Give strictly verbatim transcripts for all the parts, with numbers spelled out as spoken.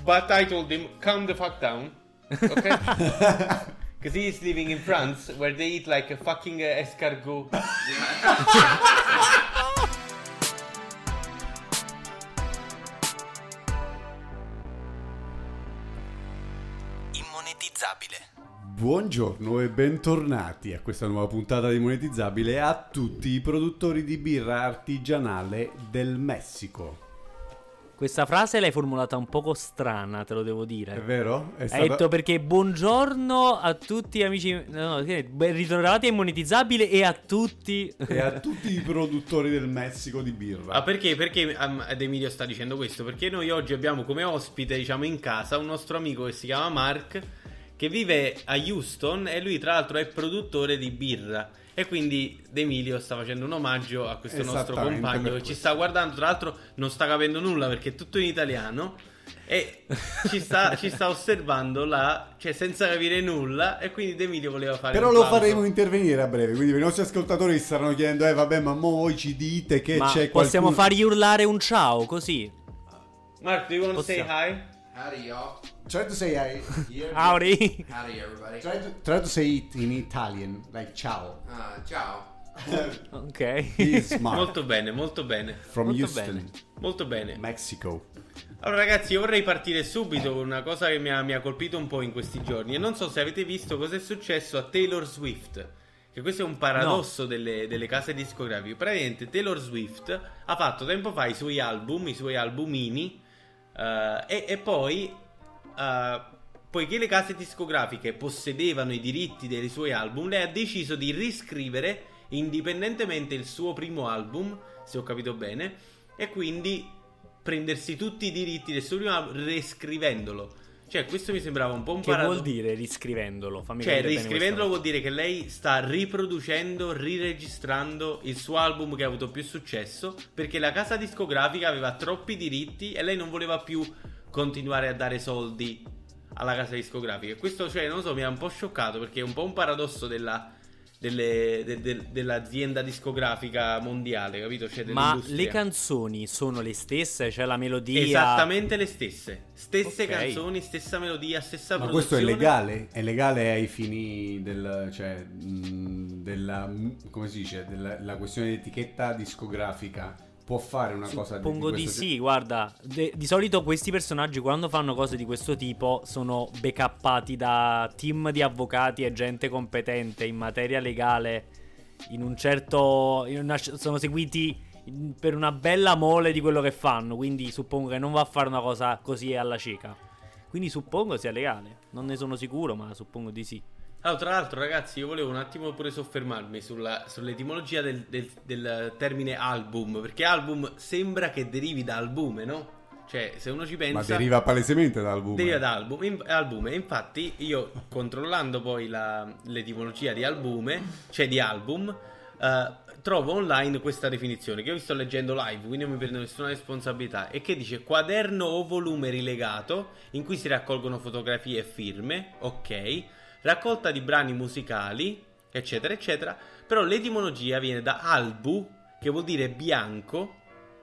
but I told him, calm the fuck down, okay? Because he is living in France, where they eat like a fucking uh, escargot. Immonetizzabile. Buongiorno e bentornati a questa nuova puntata di Monetizzabile a tutti i produttori di birra artigianale del Messico. Questa frase l'hai formulata un poco strana, te lo devo dire. È vero? È Hai stata... detto perché buongiorno a tutti amici. No, che ritrovati a Immonetizzabile e a tutti. E a tutti i produttori del Messico di birra. Ah, perché? Perché um, ad Emilio sta dicendo questo? Perché noi oggi abbiamo come ospite, diciamo, in casa un nostro amico che si chiama Mark, che vive a Houston e lui tra l'altro è produttore di birra. E quindi Emilio sta facendo un omaggio a questo nostro compagno che ci sta guardando. Tra l'altro non sta capendo nulla perché è tutto in italiano e ci sta, ci sta osservando là, cioè senza capire nulla. E quindi Emilio voleva fare Però un lo plauso. faremo intervenire a breve. Quindi i nostri ascoltatori staranno chiedendo: Eh vabbè, ma mo voi ci dite che Ma c'è possiamo qualcuno... fargli urlare un ciao così? Mark, do you want to say Possiamo. hi? Howdy, y'all. Try to say I... Yeah. Howdy. Howdy, everybody. Try to, try to say it in Italian, like ciao. Uh, ciao. Ok. He's Mark Molto bene, molto bene, from molto Houston, bene. molto bene. Mexico. Allora ragazzi, io vorrei partire subito con una cosa che mi ha, mi ha colpito un po' in questi giorni. E non so se avete visto cosa è successo a Taylor Swift. Che questo è un paradosso no. delle, delle case discografiche. Praticamente Taylor Swift ha fatto tempo fa i suoi album, i suoi albumini, uh, e, e poi, uh, poiché le case discografiche possedevano i diritti dei suoi album, lei ha deciso di riscrivere indipendentemente il suo primo album, se ho capito bene, e quindi prendersi tutti i diritti del suo primo album riscrivendolo. Cioè, questo mi sembrava un po' un Che paradosso. vuol dire riscrivendolo? Fammi Cioè, capire bene riscrivendolo questa vuol dire che lei sta riproducendo, riregistrando il suo album che ha avuto più successo, perché la casa discografica aveva troppi diritti e lei non voleva più continuare a dare soldi alla casa discografica. E questo, cioè, non lo so, mi ha un po' scioccato, perché è un po' un paradosso della, delle, de, de, dell'azienda discografica mondiale, capito? Cioè, Ma dell'industria. le canzoni sono le stesse? Cioè la melodia? Esattamente le stesse. Stesse Ok. canzoni, stessa melodia, stessa Ma produzione. questo è legale? È legale ai fini del, cioè, mh, della, come si dice, della la questione di etichetta discografica? Può fare una cosa di, Suppongo di di questo sì, guarda, de- di solito questi personaggi quando fanno cose di questo tipo sono backuppati da team di avvocati e gente competente in materia legale, in un certo... in una- sono seguiti in- per una bella mole di quello che fanno, quindi suppongo che non va a fare una cosa così alla cieca. Quindi suppongo sia legale, non ne sono sicuro, ma suppongo di sì. Allora, tra l'altro, ragazzi, io volevo un attimo pure soffermarmi sulla, sull'etimologia del, del, del termine album, perché album sembra che derivi da albume, no? Cioè, se uno ci pensa... Ma deriva palesemente dall'album. Deriva da album, in, albume. Infatti, io, controllando poi la, l'etimologia di albume, cioè di album, eh, trovo online questa definizione, che io vi sto leggendo live, quindi non mi prendo nessuna responsabilità, e che dice quaderno o volume rilegato, in cui si raccolgono fotografie e firme, ok... raccolta di brani musicali, eccetera, eccetera. Però l'etimologia viene da albu, che vuol dire bianco,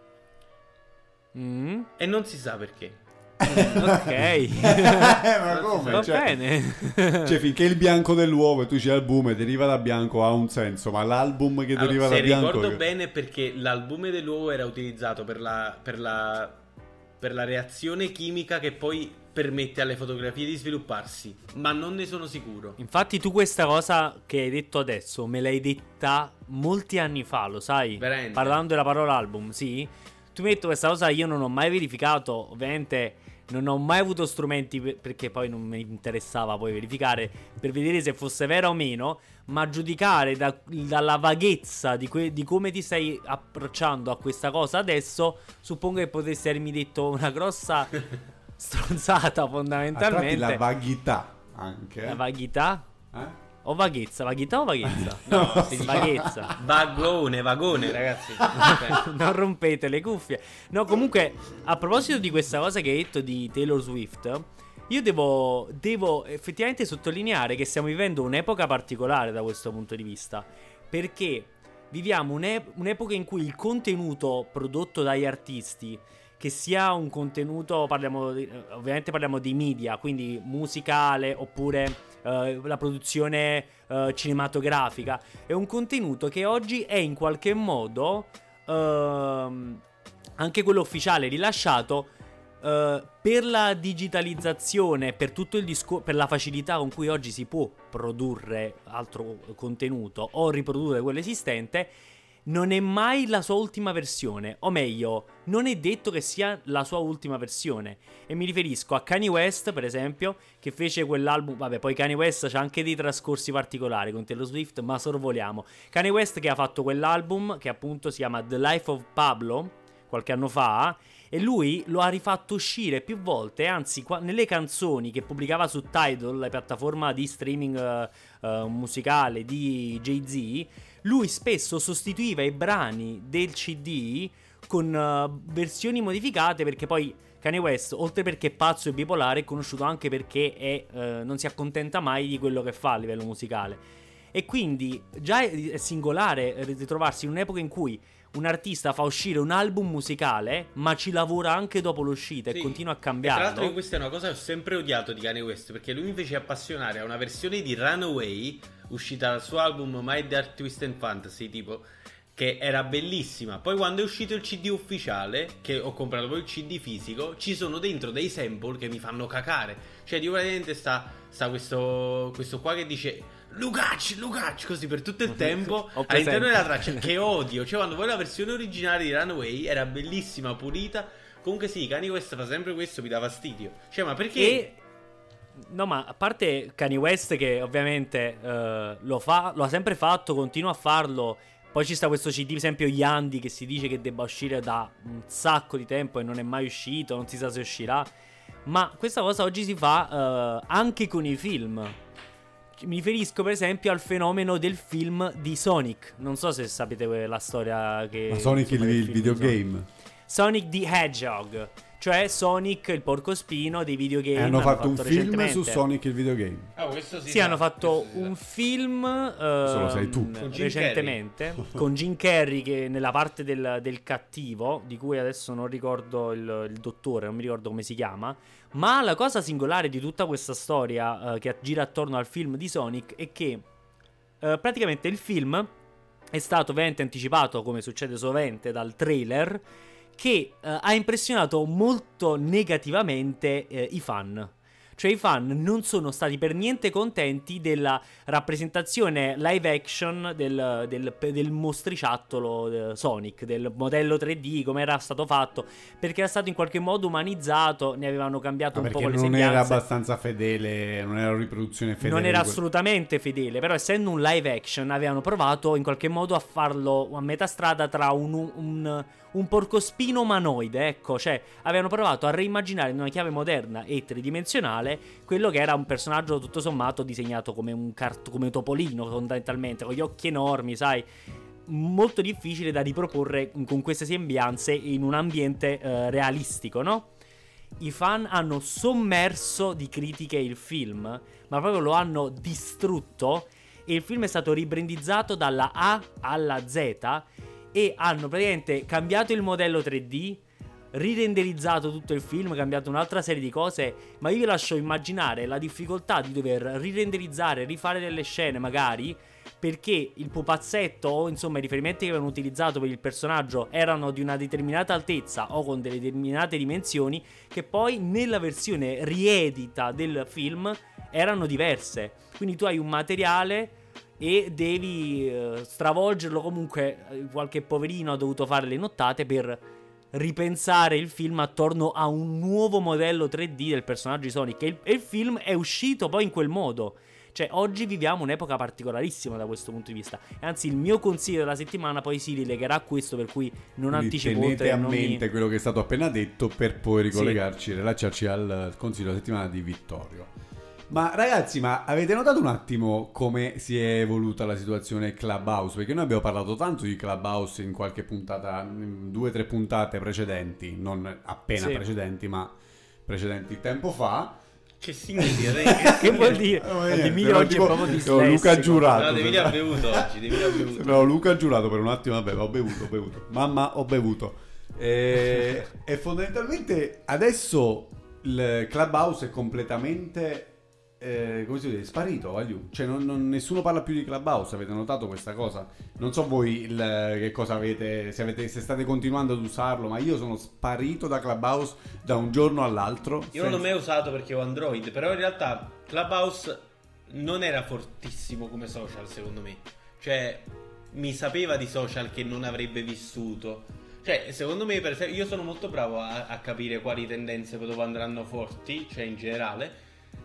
Mm, e non si sa perché. ok. Eh, ma come? Va Cioè, bene. cioè, finché il bianco dell'uovo e tu dici albume deriva da bianco ha un senso, ma l'album che Allora, deriva se da bianco... ricordo bene, perché l'albume dell'uovo era utilizzato per la, per la, per la reazione chimica che poi permette alle fotografie di svilupparsi, ma non ne sono sicuro. Infatti tu questa cosa che hai detto adesso me l'hai detta molti anni fa, lo sai? Veramente? Parlando della parola album, sì. Tu mi hai detto questa cosa, io non ho mai verificato, ovviamente non ho mai avuto strumenti per- perché poi non mi interessava poi verificare per vedere se fosse vera o meno, ma giudicare da- dalla vaghezza di, que- di come ti stai approcciando a questa cosa adesso, suppongo che potresti avermi detto una grossa stronzata A tratti fondamentalmente. la vaghità anche. La vaghità? Eh? O vaghezza? Vaghità o vaghezza? No, si dice Vaghezza. vagone, vagone, ragazzi. Non rompete le cuffie. No, comunque, a proposito di questa cosa che hai detto di Taylor Swift, io devo, devo effettivamente sottolineare che stiamo vivendo un'epoca particolare da questo punto di vista, perché viviamo un'ep- un'epoca in cui il contenuto prodotto dagli artisti, che sia un contenuto, parliamo di, ovviamente parliamo di media, quindi musicale oppure uh, la produzione uh, cinematografica, è un contenuto che oggi è in qualche modo uh, anche quello ufficiale rilasciato uh, per la digitalizzazione, per tutto il discor- per la facilità con cui oggi si può produrre altro contenuto o riprodurre quello esistente. Non è mai la sua ultima versione, o meglio, non è detto che sia la sua ultima versione. E mi riferisco a Kanye West, per esempio, che fece quell'album. Vabbè, poi Kanye West c'ha anche dei trascorsi particolari con Taylor Swift, ma sorvoliamo. Kanye West che ha fatto quell'album che appunto si chiama The Life of Pablo, qualche anno fa, e lui lo ha rifatto uscire più volte. Anzi, qua, nelle canzoni che pubblicava su Tidal, la piattaforma di streaming uh, uh, musicale di Jay-Z, lui spesso sostituiva i brani del C D con uh, versioni modificate, perché poi Kanye West, oltre perché è pazzo e bipolare, è conosciuto anche perché è, uh, non si accontenta mai di quello che fa a livello musicale. E quindi già è singolare ritrovarsi in un'epoca in cui un artista fa uscire un album musicale, ma ci lavora anche dopo l'uscita, sì, e continua a cambiarlo. Tra l'altro questa è una cosa che ho sempre odiato di Kanye West, perché lui mi fece appassionare a una versione di Runaway uscita dal suo album My Dark Twisted Fantasy, tipo, che era bellissima. Poi quando è uscito il C D ufficiale, che ho comprato poi il C D fisico, ci sono dentro dei sample che mi fanno cacare. Cioè, di praticamente sta, sta questo, questo qua che dice Lukac, Lukac, così per tutto il tempo all'interno della traccia, che odio. Cioè, quando poi la versione originale di Runaway era bellissima, pulita. Comunque sì, Kanye West fa sempre questo, mi dà fastidio. Cioè, ma perché? E... no, ma a parte Kanye West che ovviamente uh, lo fa, lo ha sempre fatto, continua a farlo. Poi ci sta questo C D, per esempio Yandi, che si dice che debba uscire da un sacco di tempo e non è mai uscito, non si sa se uscirà. Ma questa cosa oggi si fa uh, anche con i film. Mi riferisco per esempio al fenomeno del film di Sonic. Non so se sapete la storia che... Ma Sonic il, il videogame? Sonic the Hedgehog, cioè Sonic il porcospino dei videogame. E hanno, hanno fatto, fatto un film su Sonic il videogame. Ah, questo sì, sì, hanno fatto un film uh, sai tu. Con recentemente con Jim Carrey, che nella parte del, del cattivo, di cui adesso non ricordo il, il dottore, non mi ricordo come si chiama. Ma la cosa singolare di tutta questa storia uh, che gira attorno al film di Sonic è che uh, praticamente il film è stato ovviamente anticipato, come succede sovente, dal trailer, che uh, ha impressionato molto negativamente uh, i fan. Cioè i fan non sono stati per niente contenti della rappresentazione live action del, del, del mostriciattolo Sonic, del modello tre D, come era stato fatto, perché era stato in qualche modo umanizzato, ne avevano cambiato ah, un po' le non sembianze. Non era abbastanza fedele, non era una riproduzione fedele. Non era quel... assolutamente fedele, però essendo un live action avevano provato in qualche modo a farlo a metà strada tra un... un un porcospino umanoide, ecco, cioè avevano provato a reimmaginare in una chiave moderna e tridimensionale quello che era un personaggio tutto sommato disegnato come un cart- come un topolino fondamentalmente, con gli occhi enormi, sai, molto difficile da riproporre con queste sembianze in un ambiente eh, realistico, no? I fan hanno sommerso di critiche il film, ma proprio lo hanno distrutto, e il film è stato ribrandizzato dalla A alla Z. E hanno praticamente cambiato il modello tre D, rirenderizzato tutto il film, cambiato un'altra serie di cose. Ma io vi lascio immaginare la difficoltà di dover rirenderizzare, rifare delle scene magari, perché il pupazzetto o insomma i riferimenti che avevano utilizzato per il personaggio erano di una determinata altezza o con delle determinate dimensioni, che poi nella versione riedita del film erano diverse. Quindi tu hai un materiale e devi uh, stravolgerlo. Comunque uh, qualche poverino ha dovuto fare le nottate per ripensare il film attorno a un nuovo modello tre D del personaggio di Sonic, e il, e il film è uscito poi in quel modo. Cioè oggi viviamo un'epoca particolarissima da questo punto di vista, e anzi il mio consiglio della settimana poi si rilegherà a questo, per cui non Quindi anticipo tenete a mente mi... quello che è stato appena detto, per poi ricollegarci, sì, rilacciarci al consiglio della settimana di Vittorio. Ma ragazzi, ma avete notato un attimo come si è evoluta la situazione Clubhouse? Perché noi abbiamo parlato tanto di Clubhouse in qualche puntata, in due o tre puntate precedenti, non appena sì. precedenti, ma precedenti tempo fa. Che significa? Che vuol dire? No, Emilio oggi tipo, è proprio dislessico. Luca ha giurato. No, Emilio ha bevuto oggi, Emilio ha bevuto. No, Luca ha giurato per un attimo, vabbè, ho bevuto, ho bevuto. Mamma, ho bevuto. e, e fondamentalmente adesso il Clubhouse è completamente eh, come si dice, sparito, voglio. Cioè non, non, nessuno parla più di Clubhouse, avete notato questa cosa? Non so voi il, che cosa avete se, avete, se state continuando ad usarlo, ma io sono sparito da Clubhouse da un giorno all'altro. Io senza... non l'ho mai usato perché ho Android, però in realtà Clubhouse non era fortissimo come social, secondo me. Cioè, mi sapeva di social che non avrebbe vissuto. Cioè, secondo me, per esempio, io sono molto bravo a, a capire quali tendenze dove andranno forti, cioè in generale.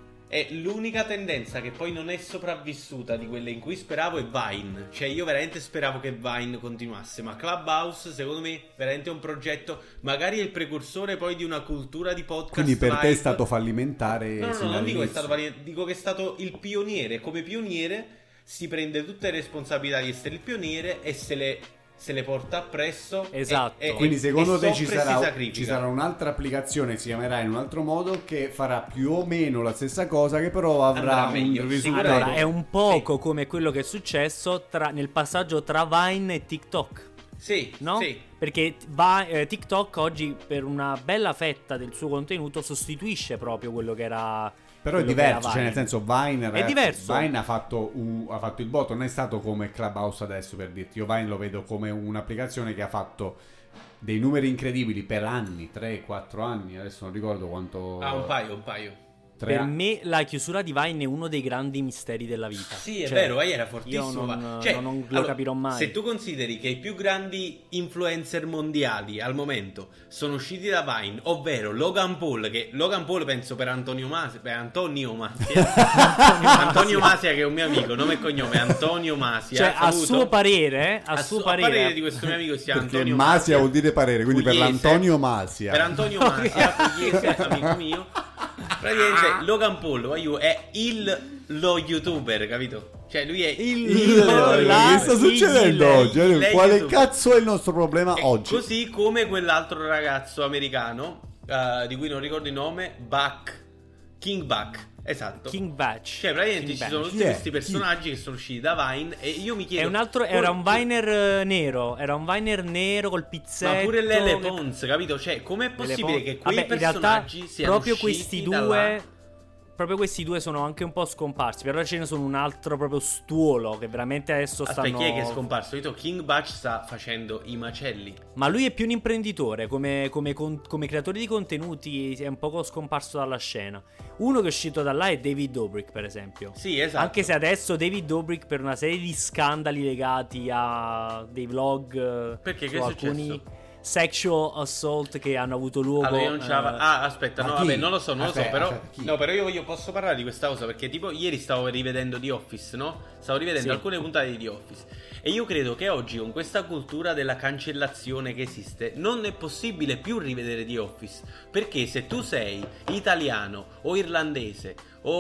E l'unica tendenza che poi non è sopravvissuta di quelle in cui speravo è Vine. Cioè, io veramente speravo che Vine continuasse. Ma Clubhouse, secondo me, veramente è un progetto. Magari è il precursore poi di una cultura di podcast. Quindi per live. te è stato fallimentare? No, no, no, non dico che è stato fallimentare, dico che è stato il pioniere. Come pioniere si prende tutte le responsabilità di essere il pioniere e se le, se le porta appresso. Esatto. E, e, Quindi secondo e te ci sarà, si ci sarà un'altra applicazione, si chiamerà in un altro modo, che farà più o meno la stessa cosa, che però avrà Andrà un meglio, risultato. Allora, è un poco come quello che è successo tra, nel passaggio tra Vine e TikTok. Sì, No? sì. Perché va, eh, TikTok oggi per una bella fetta del suo contenuto sostituisce proprio quello che era. Però è quello che era diverso, cioè Vine. nel senso Vine, ragazzi, diverso. Vine ha fatto, un, ha fatto il botto, non è stato come Clubhouse adesso, per dirti. Io Vine lo vedo come un'applicazione che ha fatto dei numeri incredibili per anni, tre quattro anni, adesso non ricordo quanto. Ah, un paio, un paio. tre Per anni. me la chiusura di Vine è uno dei grandi misteri della vita. Sì, è Cioè, vero, Vine era fortissimo. Io non, ma- cioè, non lo allora, capirò mai. Se tu consideri che i più grandi influencer mondiali al momento sono usciti da Vine, ovvero Logan Paul, che Logan Paul penso per Antonio Masia, per Antonio Masia, Antonio Masia che è un mio amico, nome e cognome Antonio Masia. Cioè, a saluto. suo parere, a, A suo su- a parere, parere di questo mio amico si chiama Perché Antonio Masia, Masia vuol dire parere, quindi per pugliese. l'Antonio Masia. Per Antonio Masia, pugliese, amico mio. Praticamente Logan Paul voglio, è il lo youtuber, capito? Cioè lui è Il- Il- la- che sta succedendo il- oggi? il- Quale YouTube. cazzo è il nostro problema E oggi? così come quell'altro ragazzo americano uh, di cui non ricordo il nome, Buck, King Buck, esatto. King Batch. Cioè praticamente King ci Batch. sono tutti Chi è? questi personaggi che sono usciti da Vine e io mi chiedo È un altro, era un Viner eh, nero, era un Viner nero col pizzetto. ma pure l'Ele che- Pons, capito? Cioè com'è possibile Pons- che quei Vabbè, in realtà personaggi siano proprio usciti questi da due là? proprio questi due sono anche un po' scomparsi, però ce ne sono un altro proprio stuolo che veramente adesso Aspetta, stanno. chi è che è scomparso? Io King Batch sta facendo i macelli. Ma lui è più un imprenditore, come, come, con- come creatore di contenuti è un poco scomparso dalla scena. Uno che è uscito da là è David Dobrik, per esempio. Sì, esatto. Anche se adesso David Dobrik, per una serie di scandali legati a dei vlog, eh, Perché? su Che è alcuni successo? sexual assault che hanno avuto luogo. Allora io non ce la fa- eh, Ah, aspetta, ma no, chi? vabbè, non lo so, non Aspetta, lo so, però aspetta, chi? no, però io voglio, posso parlare di questa cosa perché tipo ieri stavo rivedendo The Office, no? Stavo rivedendo Sì. alcune puntate di The Office e io credo che oggi con questa cultura della cancellazione che esiste non è possibile più rivedere The Office, perché se tu sei italiano o irlandese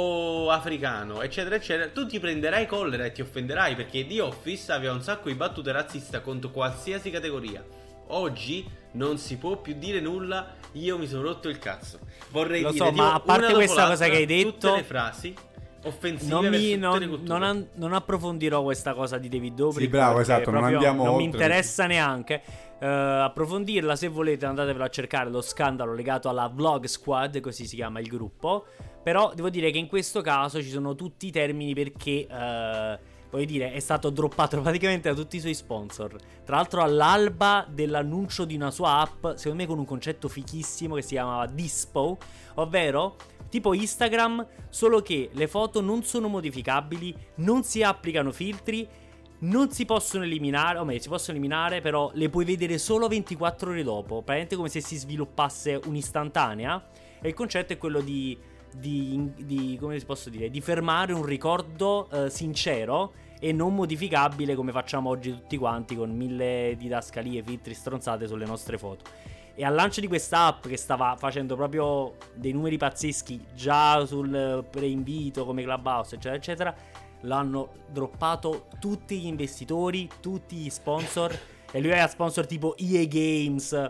o africano, eccetera, eccetera, tu ti prenderai collera e ti offenderai perché The Office aveva un sacco di battute razziste contro qualsiasi categoria. Oggi non si può più dire nulla. Io mi sono rotto il cazzo. Vorrei Lo dire so, tipo, ma a parte una dopo questa cosa l'altra, che hai detto, tutte le frasi offensive Non, mi, verso tutte non, le culture. non an- non approfondirò questa cosa di David Dobrik. Sì, bravo, perché esatto, non proprio andiamo Non mi oltre. interessa neanche. Eh, approfondirla, se volete, andatevelo a cercare lo scandalo legato alla Vlog Squad, così si chiama il gruppo. Però devo dire che in questo caso ci sono tutti i termini perché, eh, voglio dire, è stato droppato praticamente da tutti i suoi sponsor. Tra l'altro all'alba dell'annuncio di una sua app, secondo me con un concetto fichissimo che si chiamava Dispo, ovvero tipo Instagram, solo che le foto non sono modificabili, non si applicano filtri, non si possono eliminare, o meglio, si possono eliminare, però le puoi vedere solo ventiquattro ore dopo, praticamente come se si sviluppasse un'istantanea. E il concetto è quello di, di, di come si posso dire, di fermare un ricordo eh, sincero e non modificabile come facciamo oggi tutti quanti con mille didascalie, filtri, stronzate sulle nostre foto. E al lancio di questa app che stava facendo proprio dei numeri pazzeschi già sul preinvito come Clubhouse eccetera eccetera, l'hanno droppato tutti gli investitori, tutti gli sponsor. E lui ha sponsor tipo E A Games,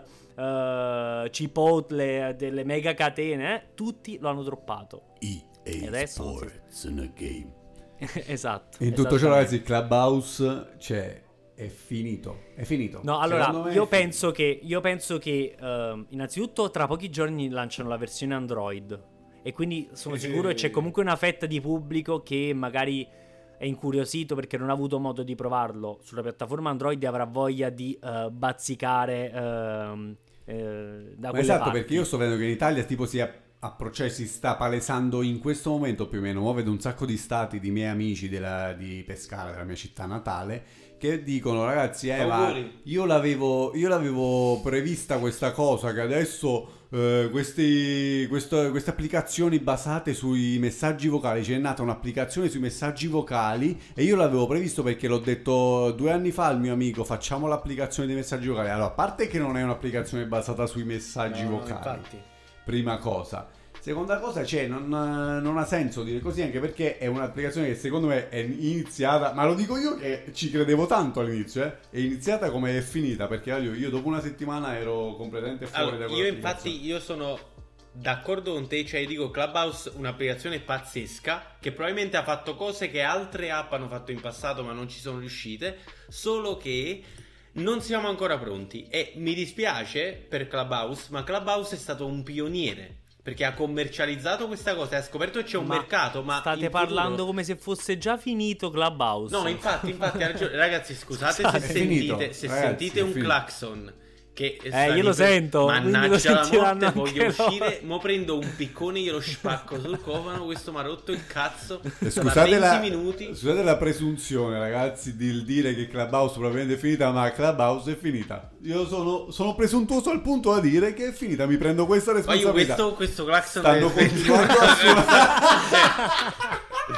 uh, Chipotle, delle mega catene, eh? Tutti lo hanno droppato. E A adesso- Sports in a game. Esatto. In tutto ciò, esattamente. ragazzi, Clubhouse c'è è finito, è finito. No, allora, io penso che, io penso che uh, innanzitutto tra pochi giorni lanciano la versione Android e quindi sono sicuro che c'è comunque una fetta di pubblico che magari è incuriosito perché non ha avuto modo di provarlo sulla piattaforma Android e avrà voglia di uh, bazzicare uh, eh, da Ma quelle esatto, parti. perché io sto vedendo che in Italia tipo si approccia, si sta palesando in questo momento più o meno. Mo vedo un sacco di stati di miei amici della, di Pescara, della mia città natale, che dicono ragazzi eh, ma io l'avevo, io l'avevo prevista questa cosa che adesso eh, questi, questo, queste applicazioni basate sui messaggi vocali, c'è nata un'applicazione sui messaggi vocali e io l'avevo previsto perché l'ho detto due anni fa al mio amico facciamo l'applicazione dei messaggi vocali. Allora, a parte che non è un'applicazione basata sui messaggi no, vocali, no, prima cosa. Seconda cosa, cioè, non, non ha senso dire così, anche perché è un'applicazione che secondo me è iniziata, ma lo dico io che ci credevo tanto all'inizio, eh, è iniziata come è finita, perché io, io dopo una settimana ero completamente fuori allora, da io infatti io sono d'accordo con te, cioè dico Clubhouse un'applicazione pazzesca che probabilmente ha fatto cose che altre app hanno fatto in passato ma non ci sono riuscite, solo che non siamo ancora pronti e mi dispiace per Clubhouse, ma Clubhouse è stato un pioniere perché ha commercializzato questa cosa e ha scoperto che c'è un ma mercato. Ma state parlando futuro... come se fosse già finito Clubhouse. No, infatti, infatti ha ragione. Ragazzi, scusate, scusate se sentite, se Ragazzi, sentite un finito. clacson che eh, io lo sento. Mannaggia la morte, voglio uscire. Mo prendo un piccone, glielo spacco sul cofano. Questo mi ha rotto il cazzo. Scusate la, minuti. scusate la presunzione, ragazzi, di dire che Clubhouse probabilmente è finita, ma Clubhouse è finita. Io sono, sono presuntuoso al punto da dire che è finita. Mi prendo questa responsabilità. Ma io questo, questo clacson stanno continuando a suonare.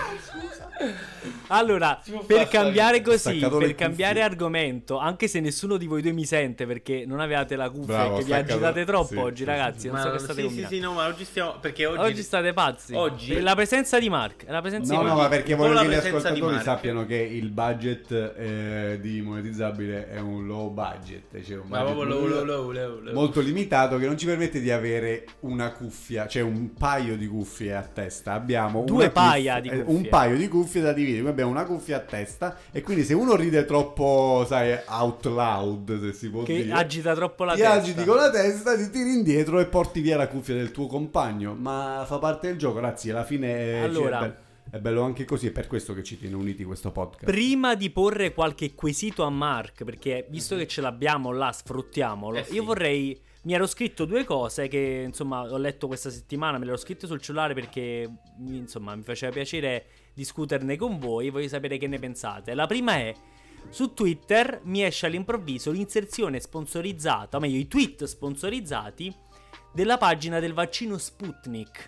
Allora, per cambiare così, per cambiare argomento, anche se nessuno di voi due mi sente perché non avevate la cuffia Bravo, e che vi agitate troppo sì, oggi, sì, ragazzi. Sì, non so che state sì, sì, sì, no, ma oggi stiamo perché oggi, oggi state pazzi. Oggi la presenza di Mark, la presenza no, di no, Mark. ma perché voglio che gli ascoltatori sappiano che il budget eh, di monetizzabile è un low budget, cioè un budget low, low, low, low, low. molto limitato che non ci permette di avere una cuffia, cioè un paio di cuffie a testa. Abbiamo due paia cuffia, di cuffie. Un paio di cuffie da dividere. Abbiamo una cuffia a testa e quindi se uno ride troppo, sai, out loud, se si può che dire, agita troppo la ti testa, agiti con la testa, ti tiri indietro e porti via la cuffia del tuo compagno, ma fa parte del gioco, ragazzi, alla fine allora, cioè, è, bello, è bello anche così, è per questo che ci tiene uniti questo podcast. Prima di porre qualche quesito a Mark, perché visto che ce l'abbiamo là, sfruttiamolo, eh sì. Io vorrei... Mi ero scritto due cose che insomma ho letto questa settimana, me le ero scritte sul cellulare perché insomma mi faceva piacere discuterne con voi, voglio sapere che ne pensate. La prima è, su Twitter mi esce all'improvviso l'inserzione sponsorizzata, o meglio i tweet sponsorizzati della pagina del vaccino Sputnik.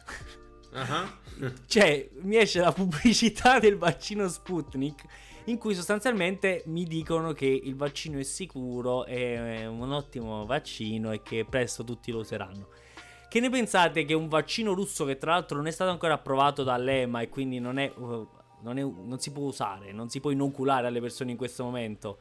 Uh-huh. Cioè mi esce la pubblicità del vaccino Sputnik in cui sostanzialmente mi dicono che il vaccino è sicuro, è un ottimo vaccino e che presto tutti lo useranno. Che ne pensate che un vaccino russo, che tra l'altro non è stato ancora approvato dall'E M A e quindi non è, non è non si può usare, non si può inoculare alle persone in questo momento,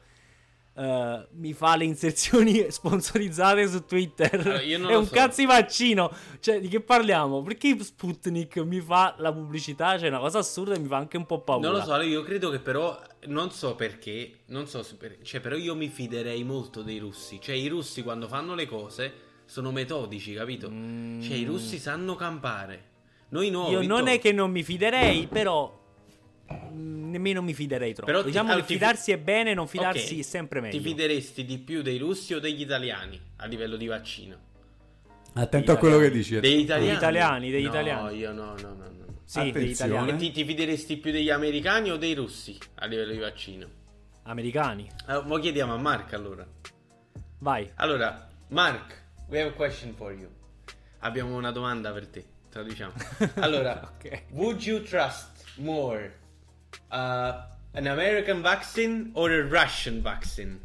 Uh, mi fa le inserzioni sponsorizzate su Twitter? Allora, io non è lo un so. cazzo di vaccino. Cioè, di che parliamo? Perché Sputnik mi fa la pubblicità? Cioè, è una cosa assurda e mi fa anche un po' paura. Non lo so, io credo che però, non so perché, non so se per, cioè però io mi fiderei molto dei russi. Cioè i russi quando fanno le cose sono metodici, capito? Mm. Cioè i russi sanno campare. Noi no. Io Vittor... non è che non mi fiderei, però nemmeno mi fiderei troppo. Però diciamo ti, che fidarsi fi... è bene, non fidarsi okay. È sempre meglio. Ti fideresti di più dei russi o degli italiani a livello di vaccino? Attento a quello che dici. Degli italiani? Degli italiani, degli no, italiani. io no, no, no, no. Sì, attenzione. degli italiani. E ti, ti fideresti più degli americani o dei russi a livello di vaccino? Americani. Allora, mo chiediamo a Mark allora. Vai. Allora, Mark, we have a question for you. Abbiamo una domanda per te, traduciamo. Allora, okay. Would you trust more Uh, an American vaccine or a Russian vaccine?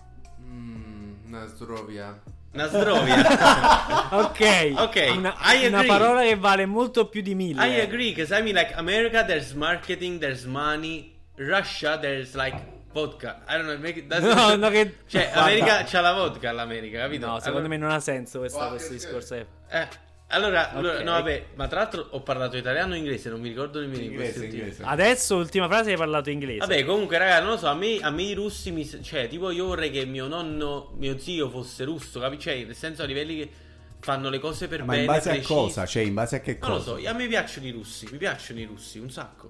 Mm, Nazdrovia. Nazdrovia. Ok. Ok. Una, I una agree. parola che vale molto più di mille. I agree, because I mean, like America, there's marketing, there's money. Russia, there's like vodka. I don't know. Make it, no, no, che... Cioè, America c'ha la vodka all'America, capito? No, secondo allora... me non ha senso questa, questo discorso. Eh. Allora, allora Ok. no vabbè, ma tra l'altro ho parlato italiano o inglese, non mi ricordo nemmeno in Inglese, questi ultimi- inglese. Adesso, ultima frase, hai parlato inglese. Vabbè, comunque, raga, non lo so, a me, a me i russi mi. Cioè, tipo, io vorrei che mio nonno, mio zio fosse russo, capi? Cioè, nel senso a livelli che fanno le cose per Ma bene. in base a precisi. cosa? Cioè, in base a che Non lo cosa? so, a me piacciono i russi, mi piacciono i russi, un sacco.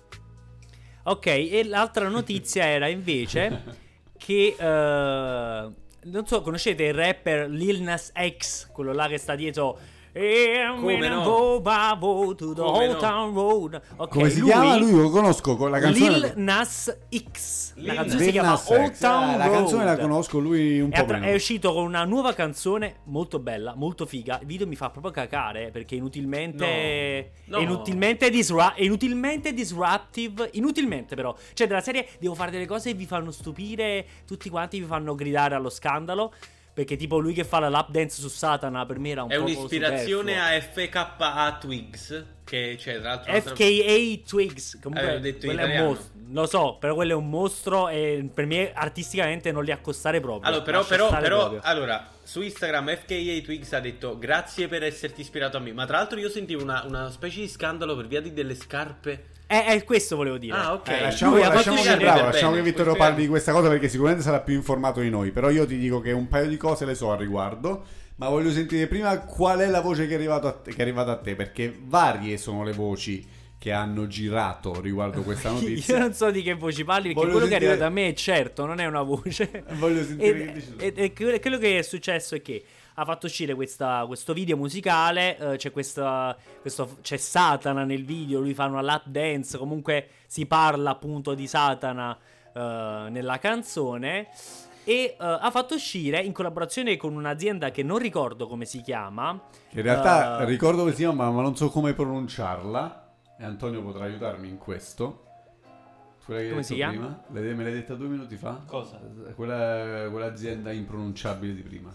Ok, e l'altra notizia era invece che eh, non so, conoscete il rapper Lil Nas X, quello là che sta dietro Come no? to the Come Old no? Town Road. Ok, Come si chiama? Lui lo conosco con la canzone. Lil Nas X. La Lil canzone Lil si chiama Nas Old X. Town Ah, la Road. canzone la conosco, lui un È, po' attra- meno. è uscito con una nuova canzone molto bella, molto figa. Il video mi fa proprio cacare perché inutilmente. No. È No. inutilmente, disra- è inutilmente disruptive. Inutilmente, però. Cioè, della serie devo fare delle cose che vi fanno stupire. Tutti quanti vi fanno gridare allo scandalo. Perché, tipo, lui che fa la lap dance su Satana per me era un È po' un'ispirazione superfluo. a F K A Twigs, che c'è tra l'altro. F K A Twigs. Comunque, Avevo detto in quello è un italiano. mostro. Lo so, però quello è un mostro. E per me, artisticamente, non li accostare proprio. Allora, però, Lascia però, stare però, proprio. allora, su Instagram F K A Twigs ha detto grazie per esserti ispirato a me. Ma tra l'altro io sentivo una, una specie di scandalo per via di delle scarpe. Eh, eh, questo volevo dire. Ah, ok. Eh, lasciamo Lui ha lasciamo fatto che, vedere bravo, per lasciamo bene, che Vittorio questo è- parli di questa cosa perché sicuramente sarà più informato di noi. Però io ti dico che un paio di cose le so a riguardo. Ma voglio sentire prima qual è la voce che è, arrivato a te, che è arrivata a te. Perché varie sono le voci che hanno girato riguardo questa notizia. Io non so di che voci parli, perché Voglio quello che è sentire- arrivato a me è certo, non è una voce. Voglio sentire E, che dici tu. e- e quello quello che è successo è che ha fatto uscire questa- questo video musicale. eh, c'è questa, questo, c'è Satana nel video. Lui fa una lap dance. Comunque si parla appunto di Satana eh, nella canzone. E eh, ha fatto uscire in collaborazione con un'azienda che non ricordo come si chiama. Che in realtà eh, ricordo come si chiama, ma non so come pronunciarla. E Antonio potrà aiutarmi in questo. Quella che hai Come detto si chiama? prima? L'hai- Me l'hai detta due minuti fa? Cosa? Quella, quell'azienda impronunciabile di prima.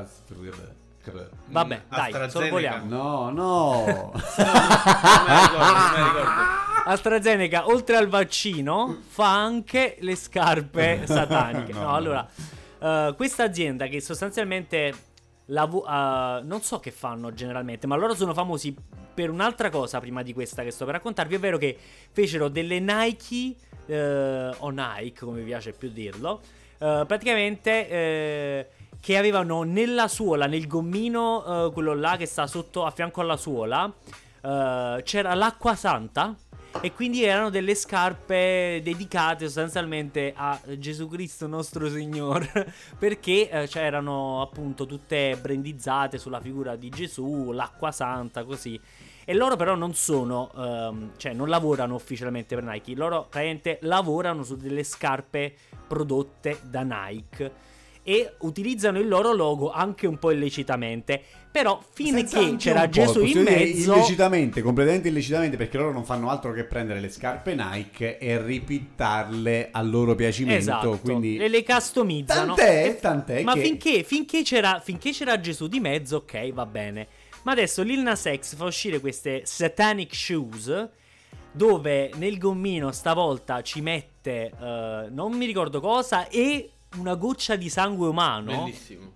Asfr- Vabbè, Mm, dai, AstraZeneca. sorvoliamo. No, no. Non me la ricordo, non me la ricordo. AstraZeneca, oltre al vaccino, fa anche le scarpe sataniche. No, No, no. allora, eh, questa azienda che sostanzialmente lavu- eh, non so che fanno generalmente, ma loro sono famosi per un'altra cosa prima di questa che sto per raccontarvi, ovvero che fecero delle Nike, eh, o Nike, come mi piace più dirlo, eh, praticamente... eh, che avevano nella suola, nel gommino, eh, quello là che sta sotto a fianco alla suola, eh, c'era l'acqua santa. E quindi erano delle scarpe dedicate sostanzialmente a Gesù Cristo nostro Signore. Perché eh, cioè, erano appunto tutte brandizzate sulla figura di Gesù, l'acqua santa, così. E loro però non sono, ehm, cioè non lavorano ufficialmente per Nike. Loro praticamente lavorano su delle scarpe prodotte da Nike. E utilizzano il loro logo anche un po' illecitamente. Però Senza finché anche c'era un po', Gesù in possiamo dire mezzo, illecitamente, completamente illecitamente, perché loro non fanno altro che prendere le scarpe Nike e ripittarle a loro piacimento. esatto, Quindi le, le customizzano. Tant'è, E- tant'è Ma che- finché, finché, c'era, finché c'era Gesù di mezzo, ok, va bene. Ma adesso Lil Nas X fa uscire queste Satanic Shoes, dove nel gommino stavolta ci mette eh, non mi ricordo cosa e una goccia di sangue umano. Bellissimo.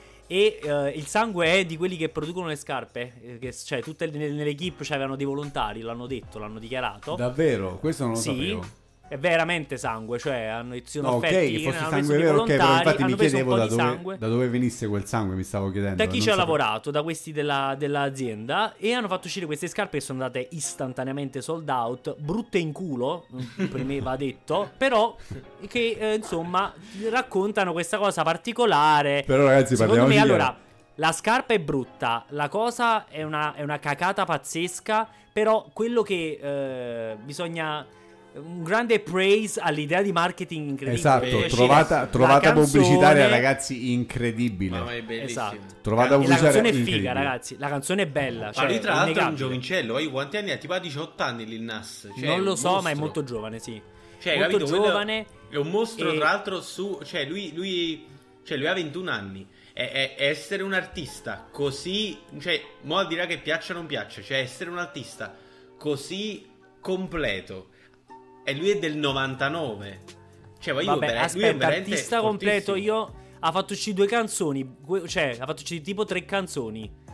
E eh, il sangue è di quelli che producono le scarpe. eh, che, cioè, tutte le, nell'equipe c'avevano dei volontari, l'hanno detto, l'hanno dichiarato. davvero, questo non lo Sì, sapevo. è veramente sangue. Cioè, hanno si sono No, ok, offerti, che fosse hanno sangue messo dei vero, ok, però volontari, infatti mi hanno preso un chiedevo po' da di dove, sangue. da dove venisse quel sangue, mi stavo chiedendo. Da e chi non ci ha sapevo. lavorato, da questi della, dell'azienda. E hanno fatto uscire queste scarpe che sono andate istantaneamente sold out. Brutte in culo, per me va detto. Però che eh, insomma raccontano questa cosa particolare. Però ragazzi, Secondo parliamoci me chiaro. allora la scarpa è brutta, la cosa è una, è una cacata pazzesca. Però quello che eh, bisogna... Un grande praise all'idea di marketing incredibile. Esatto, Beh, trovata, la trovata canzone- pubblicitaria, ragazzi, incredibile. Mamma mia, è bellissimo. Esatto. Trovata E la pubblicitaria canzone è figa, incredibile. ragazzi. La canzone è bella. Ma Cioè, lui tra l'altro è un innegabile. giovincello. Io quanti anni ha? Tipo a diciotto anni Lil Nas. Cioè, Non è lo un so, ma è mostro. molto giovane, sì. Cioè, molto capito? Quello giovane. È un mostro, e- tra l'altro, su. Cioè, lui, lui. Cioè, lui ha ventuno anni. E, e- e essere un artista così. Cioè, mo al di là che piaccia o non piaccia. Cioè, essere un artista così completo. E lui è del novantanove. Cioè, ma io Vabbè, vera- lui è aspetta, veramente artista completo. fortissimo. Io ha fatto uscire due canzoni. gue- Cioè, ha fatto uscire tipo tre canzoni.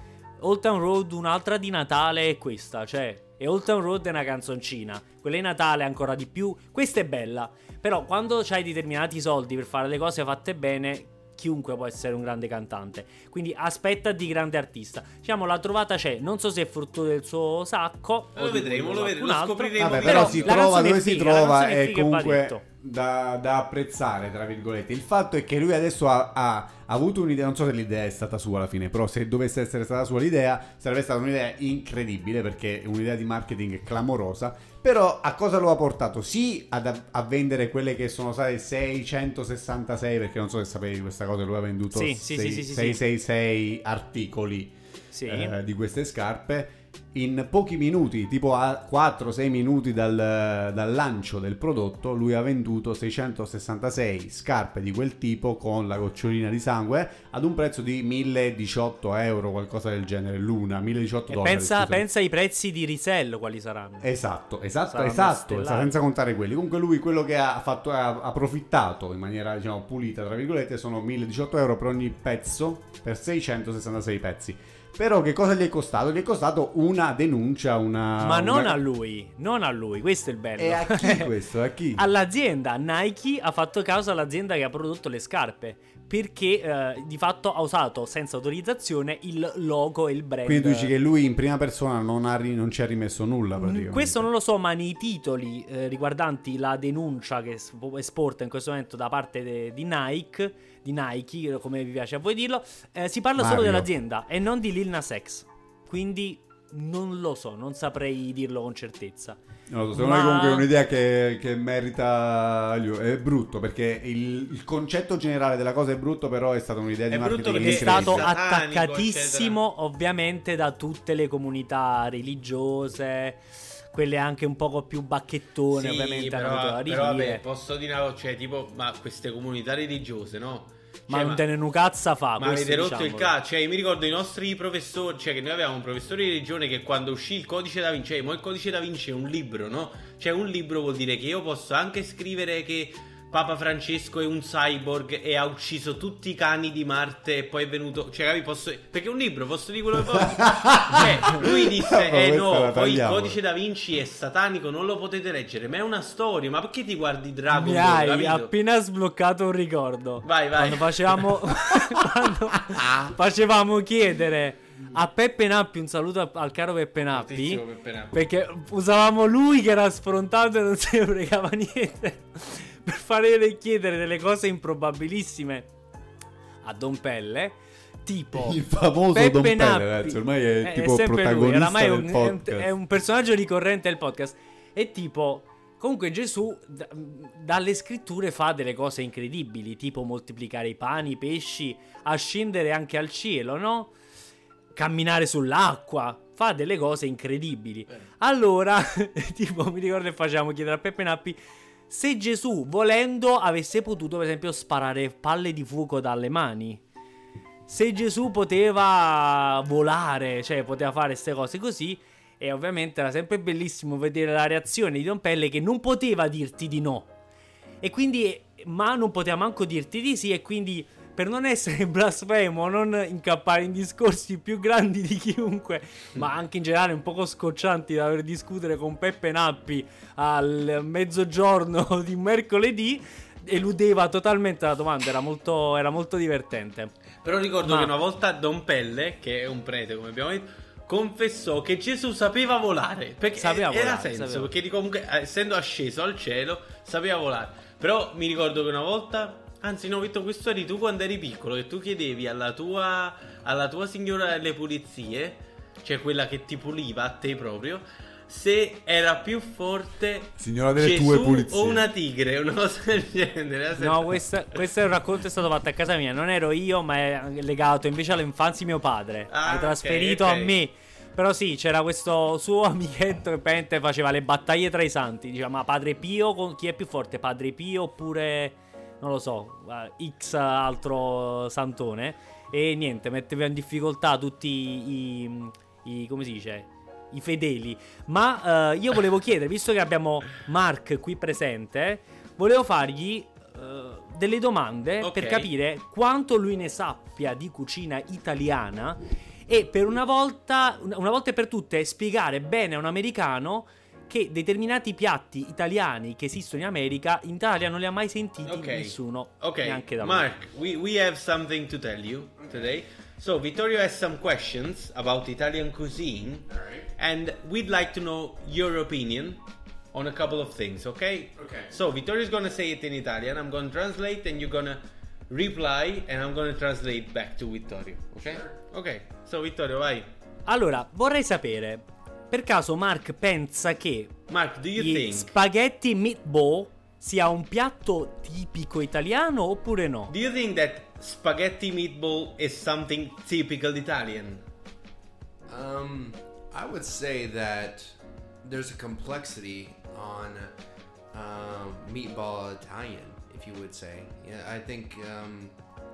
Old Town Road, un'altra di Natale è questa, cioè, e Old Town Road è una canzoncina, quella di Natale ancora di più, questa è bella, però quando c'hai determinati soldi per fare le cose fatte bene, chiunque può essere un grande cantante, quindi aspetta di grande artista. Diciamo, la trovata c'è, non so se è frutto del suo sacco, lo vedremo, lo, vedremo, lo scopriremo. Vabbè, però si trova dove si trova è comunque da, da apprezzare, tra virgolette. Il fatto è che lui adesso ha, ha, ha avuto un'idea, non so se l'idea è stata sua alla fine, però se dovesse essere stata sua l'idea, sarebbe stata un'idea incredibile, perché è un'idea di marketing clamorosa. Però a cosa lo ha portato? Sì, ad, a vendere quelle che sono state seicentosessantasei, perché non so se sapevi questa cosa, lui ha venduto sì, sì, sì, sì, sì, seicentosessantasei articoli sì. eh, di queste scarpe in pochi minuti, tipo a quattro sei minuti dal, dal lancio del prodotto. Lui ha venduto seicentosessantasei scarpe di quel tipo con la gocciolina di sangue ad un prezzo di mille diciotto euro, qualcosa del genere, l'una, mille diciotto dollari. Pensa, pensa ai prezzi di resell quali saranno. Esatto, esatto, saranno esatto, senza contare quelli. Comunque lui quello che ha fatto, ha approfittato in maniera, diciamo, pulita, tra virgolette, sono mille diciotto euro per ogni pezzo, per seicentosessantasei pezzi. Però che cosa gli è costato? Gli è costato una denuncia, una... Ma non una... a lui, non a lui, questo è il bello. E a chi questo? A chi? All'azienda. Nike ha fatto causa all'azienda che ha prodotto le scarpe, perché eh, di fatto ha usato senza autorizzazione il logo e il brand. Quindi tu dici che lui in prima persona non, ha ri- non ci ha rimesso nulla praticamente. Questo non lo so, ma nei titoli eh, riguardanti la denuncia che è sporta in questo momento da parte de- di Nike, di Nike, come vi piace a voi dirlo, eh, si parla Mario. solo dell'azienda e non di Lil Nas X. Quindi non lo so, non saprei dirlo con certezza. Non lo so, secondo Ma... me comunque è un'idea che, che merita. È brutto perché il, il concetto generale della cosa è brutto, però è stata un'idea di È marketing brutto È perché stato satanico, attaccatissimo eccetera. ovviamente da tutte le comunità religiose, quelle anche un poco più bacchettone, Sì, ovviamente hanno avuto però, da però ridire. vabbè, posso dire una cosa, cioè tipo, ma queste comunità religiose, no? Ma Cioè, non te ne nucazza fa. Ma questo avete rotto il diciamolo. cazzo. Cioè, io mi ricordo i nostri professori. Cioè, che noi avevamo un professore di religione che quando uscì il codice da Vinci, cioè, mo il codice da Vinci è un libro, no? Cioè, un libro vuol dire che io posso anche scrivere che Papa Francesco è un cyborg e ha ucciso tutti i cani di Marte e poi è venuto. Cioè, capi, posso. Perché è un libro, posso dire quello che voglio. Cioè, lui disse: Ma Eh questa no, la poi il tagliamo. codice da Vinci è satanico, non lo potete leggere. Ma è una storia. Ma perché ti guardi Dragon Mi Ball? hai capito? appena sbloccato un ricordo. Vai, vai. Quando facevamo quando facevamo chiedere a Peppe Nappi, un saluto a- al caro Peppe Nappi, Fortissimo Peppe Nappi. perché usavamo lui che era sfrontato e non se ne fregava niente, per fare chiedere delle cose improbabilissime a Don Pelle, tipo Il famoso Peppe Don Pelle, Nappi. ragazzi, ormai è Eh, tipo sempre lui, protagonista oramai è del un, è un- podcast. è un personaggio ricorrente del podcast. E tipo, comunque Gesù da- dalle scritture fa delle cose incredibili, tipo moltiplicare i pani, i pesci, ascendere anche al cielo, no? Camminare sull'acqua, fa delle cose incredibili. Allora, tipo, mi ricordo che facevamo chiedere a Peppe Nappi se Gesù, volendo, avesse potuto, per esempio, sparare palle di fuoco dalle mani. Se Gesù poteva volare, cioè poteva fare queste cose così. E ovviamente era sempre bellissimo vedere la reazione di Don Pelle, che non poteva dirti di no. E quindi, ma non poteva manco dirti di sì. E quindi, per non essere blasfemo, non incappare in discorsi più grandi di chiunque, ma anche in generale un poco scoccianti da dover discutere con Peppe Nappi al mezzogiorno di mercoledì, eludeva totalmente la domanda. Era molto, era molto divertente. Però ricordo Ma- che una volta Don Pelle, che è un prete come abbiamo detto, confessò che Gesù sapeva volare. Perché Sapeva era volare, senso, sapeva. perché di comunque essendo asceso al cielo sapeva volare. Però mi ricordo che una volta, anzi no, Vitto, questo eri tu quando eri piccolo, che tu chiedevi alla tua alla tua signora delle pulizie, cioè quella che ti puliva a te proprio, se era più forte Signora delle Gesù tue pulizie. o una tigre, una cosa del genere. Era sempre- No, questo, questo è un racconto che è stato fatto a casa mia. Non ero io, ma è legato invece all'infanzia di mio padre. Ah, Hai trasferito ok, ok. a me. Però sì, c'era questo suo amichetto che praticamente faceva le battaglie tra i santi. Diceva, ma Padre Pio, con- chi è più forte? Padre Pio oppure, non lo so, eh, X altro santone. E niente, metteva in difficoltà tutti i, i come si dice, i fedeli. Ma eh, io volevo chiedere, visto che abbiamo Mark qui presente, volevo fargli eh, delle domande Ok. per capire quanto lui ne sappia di cucina italiana e per una volta, una volta e per tutte, spiegare bene a un americano che determinati piatti italiani che esistono in America, in Italia non li ha mai sentiti Okay. nessuno, Okay, neanche da Mark, we, we have something to tell you today. So Vittorio has some questions about Italian cuisine, Alright. and we'd like to know your opinion on a couple of things, okay? Okay. So Vittorio's gonna say it in Italian, I'm gonna translate, and you're gonna reply, and I'm gonna translate back to Vittorio, okay? Sure. Okay, so Vittorio, vai. Allora, vorrei sapere, per caso Mark pensa che Mark, do you gli think... spaghetti meatball sia un piatto tipico italiano oppure no? Do you think that spaghetti meatball is something typical Italian? Um, I would say that there's a complexity on um, meatball Italian, if you would say. Yeah, I think um,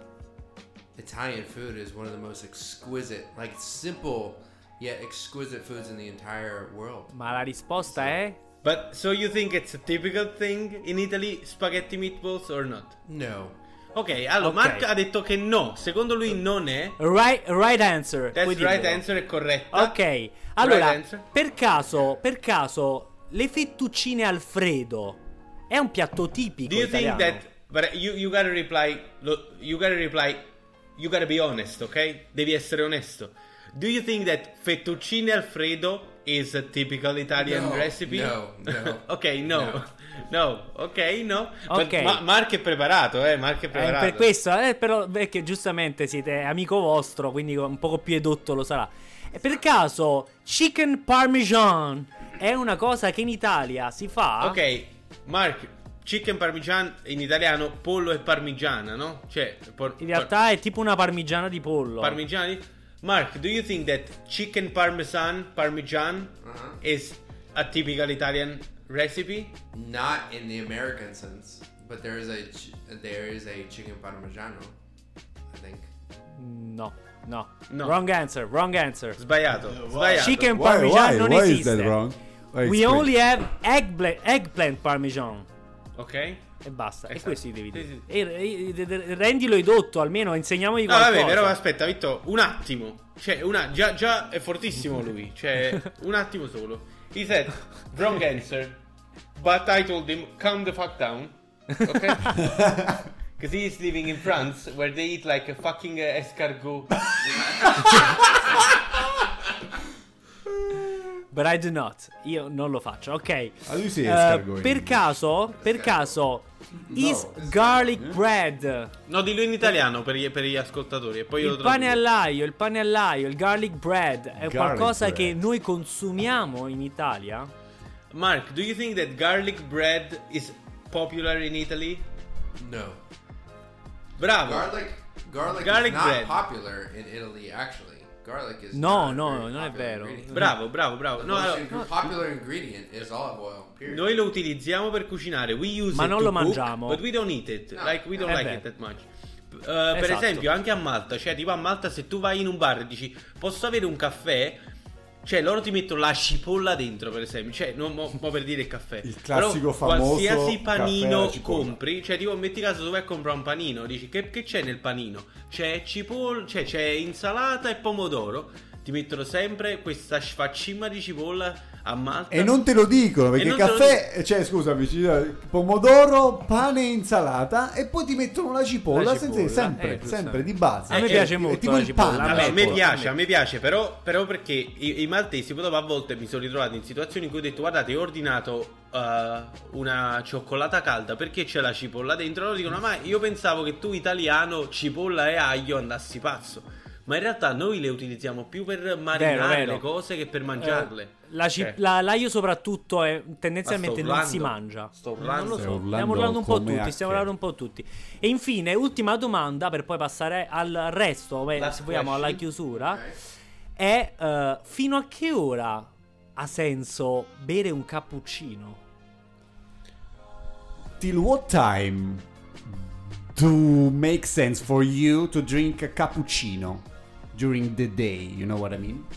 Italian food is one of the most exquisite, like simple yet exquisite foods in the entire world. Ma la risposta è... But so you think it's a typical thing in Italy, spaghetti meatballs or not? No. Ok, allora Ok. Mark ha detto che no, secondo lui non è. Right, right answer. That's puoi right dirlo. answer, è corretta. Ok, allora, Right answer. per caso, per caso, le fettuccine Alfredo è un piatto tipico Do you italiano? think that but you you gotta reply lo- you gotta reply you gotta be honest, ok? Devi essere onesto. Do you think that fettuccine Alfredo is a typical Italian No, recipe? no, no. Ok, no. No. No, ok, no. But Ok. Ma- Mark è preparato, eh, Mark è Eh, preparato. per questo, eh, però perché giustamente siete amico vostro, quindi un poco più edotto lo sarà. E per caso chicken parmesan è una cosa che in Italia si fa? Ok, Mark, chicken parmigiano in italiano pollo e parmigiana, no? Cioè, por- In realtà è tipo una parmigiana di pollo. par- parmigiani. Mark, do you think that chicken parmesan parmigian Uh-huh. is a typical Italian recipe? Not in the American sense, but there is a ch- there is a chicken parmigiano, I think. No, no, No. Wrong answer, wrong answer. Sbagliato, sbagliato. Chicken Why- parmesan why- non why is esiste. that wrong? Why We explain? only have eggplant, eggplant parmesan. Ok? E basta, e Esatto. questo devi dire. Sì, sì. E, e- e- rendilo edotto, almeno insegniamogli No, qualcosa. vabbè, però aspetta, Vitto, un attimo. Cioè, una, già, già è fortissimo lui. Cioè, un attimo solo. He said, wrong answer. But I told him, calm the fuck down. Ok? Because he is living in France, where they eat like a fucking uh, escargot. But I do not. Io non lo faccio, ok. How do you say Eh, escargot in per English? caso, per caso, is garlic bread, No, dillo in italiano per gli, per gli ascoltatori. E poi io il lo pane traduco. all'aio, il pane all'aio, il garlic bread è Garlic qualcosa bread. che noi consumiamo in Italia? Mark, do you think that garlic bread is popular in Italy? No. Bravo. Garlic garlic, Garlic is not bread. popular in Italy actually. Garlic is No, not a no, very non è popular vero. ingredient. Bravo, bravo, bravo. The No, most allora, ingre- popular ingredient is olive oil. Period. noi lo utilizziamo per cucinare. We use Ma it non to lo cook, mangiamo. but we don't eat it. No. Like we don't Eh like beh. it that much. Uh, Per Esatto. esempio, anche a Malta, cioè tipo a Malta se tu vai in un bar e dici "Posso avere un caffè?" Cioè loro ti mettono la cipolla dentro, per esempio. Cioè, non mo, mo per dire il caffè. Il classico Però famoso qualsiasi caffè panino alla cipolla. compri, cioè tipo metti caso tu vai a comprare un panino, dici "Che, che c'è nel panino?" C'è cipolla, cioè c'è insalata e pomodoro. Ti mettono sempre questa sfaccimma di cipolla a Malta. E non te lo dicono perché E il non te lo caffè, cioè scusami, ci dà pomodoro, pane e insalata e poi ti mettono la cipolla, La senza- cipolla, sempre, eh, giusto. sempre di base. A me Eh, piace eh, molto è tipo la il cipolla. pane. Vabbè, a me me piace. piace, a me piace, però, però perché i, i maltesi poi dopo a volte mi sono ritrovato in situazioni in cui ho detto guardate, ho ordinato uh, una cioccolata calda perché c'è la cipolla dentro. Loro dicono ma io pensavo che tu italiano cipolla e aglio andassi pazzo. Ma in realtà noi le utilizziamo più per marinare Vero, vero. le cose che per mangiarle. Eh, la ci- Cioè, la- l'aglio soprattutto è, ma tendenzialmente sto non si urlando, mangia. sto Non urlando. lo Stai so, urlando stiamo urlando un po' come tutti, stiamo hacker. urlando un po' tutti. E infine, ultima domanda per poi passare al resto, eh, Last se vogliamo alla question. chiusura, Ok. è eh, fino a che ora ha senso bere un cappuccino? Till what time do make sense for you to drink a cappuccino during the day? You know what I mean?